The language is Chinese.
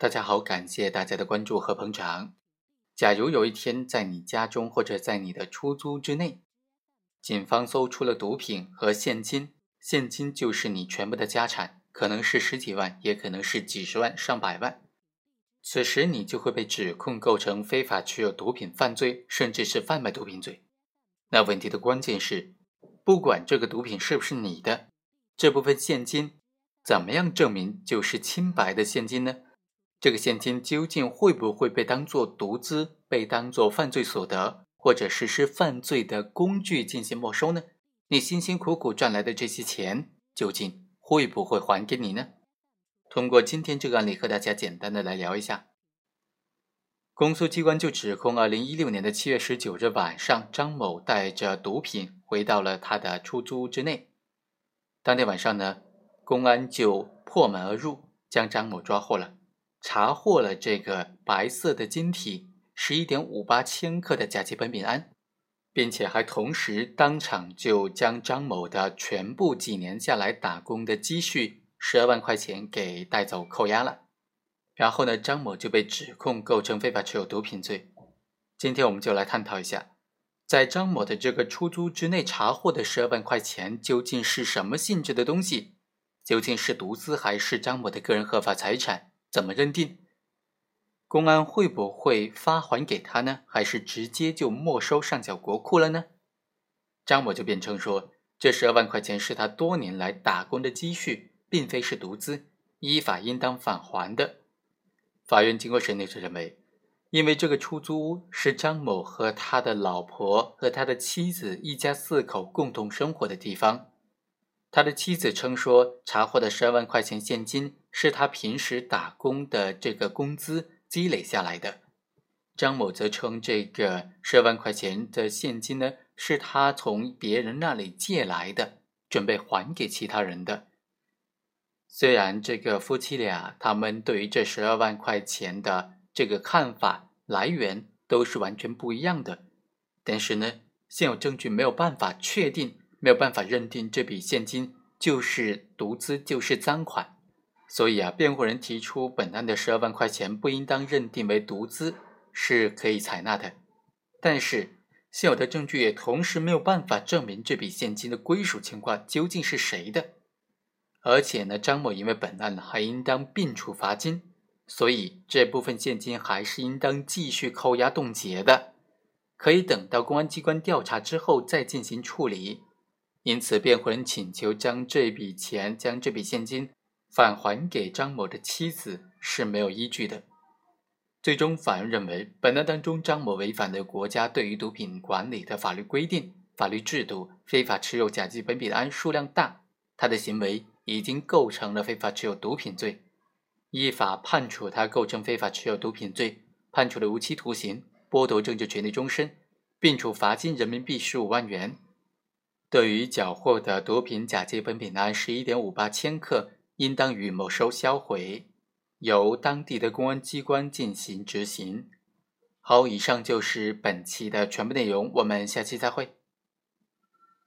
大家好，感谢大家的关注和捧场。假如有一天在你家中或者在你的出租之内，警方搜出了毒品和现金，现金就是你全部的家产，可能是十几万，也可能是几十万、上百万。此时你就会被指控构成非法持有毒品犯罪，甚至是贩卖毒品罪。那问题的关键是，不管这个毒品是不是你的，这部分现金怎么样证明就是清白的现金呢？这个现金究竟会不会被当作毒资，被当作犯罪所得，或者实施犯罪的工具进行没收呢？你辛辛苦苦赚来的这些钱，究竟会不会还给你呢？通过今天这个案例和大家简单的来聊一下。公诉机关就指控2016年的7月19日晚上，张某带着毒品回到了他的出租屋之内。当天晚上呢，公安就破门而入，将张某抓获了。查获了这个白色的晶体 11.58 千克的甲基苯丙胺，并且还同时当场就将张某的全部几年下来打工的积蓄12万块钱给带走扣押了。然后呢，张某就被指控构成非法持有毒品罪。今天我们就来探讨一下，在张某的这个出租之内查获的12万块钱究竟是什么性质的东西？究竟是毒资还是张某的个人合法财产？怎么认定？公安会不会发还给他呢？还是直接就没收上缴国库了呢？张某就辩称说，这12万块钱是他多年来打工的积蓄，并非是毒资，依法应当返还的。法院经过审理就认为，因为这个出租屋是张某和他的老婆和他的妻子一家4口共同生活的地方。他的妻子称说，查获的12万块钱现金是他平时打工的这个工资积累下来的。张某则称这个12万块钱的现金呢，是他从别人那里借来的，准备还给其他人的。虽然这个夫妻俩他们对于这12万块钱的这个看法来源都是完全不一样的，但是呢，现有证据没有办法确定，没有办法认定这笔现金就是毒资，就是赃款。所以辩护人提出本案的12万块钱不应当认定为毒资是可以采纳的。但是现有的证据也同时没有办法证明这笔现金的归属情况究竟是谁的。而且呢，张某因为本案还应当并处罚金，所以这部分现金还是应当继续扣押冻结的，可以等到公安机关调查之后再进行处理。因此辩护人请求将这笔现金返还给张某的妻子是没有依据的。最终法院认为，本案当中张某违反了国家对于毒品管理的法律规定、法律制度，非法持有甲基苯丙胺数量大，他的行为已经构成了非法持有毒品罪，依法判处他构成非法持有毒品罪，判处了无期徒刑，剥夺政治权利终身，并处罚金人民币15万元。对于缴获的毒品甲基苯丙胺 11.58 千克，应当予没收销毁，由当地的公安机关进行执行。好，以上就是本期的全部内容，我们下期再会。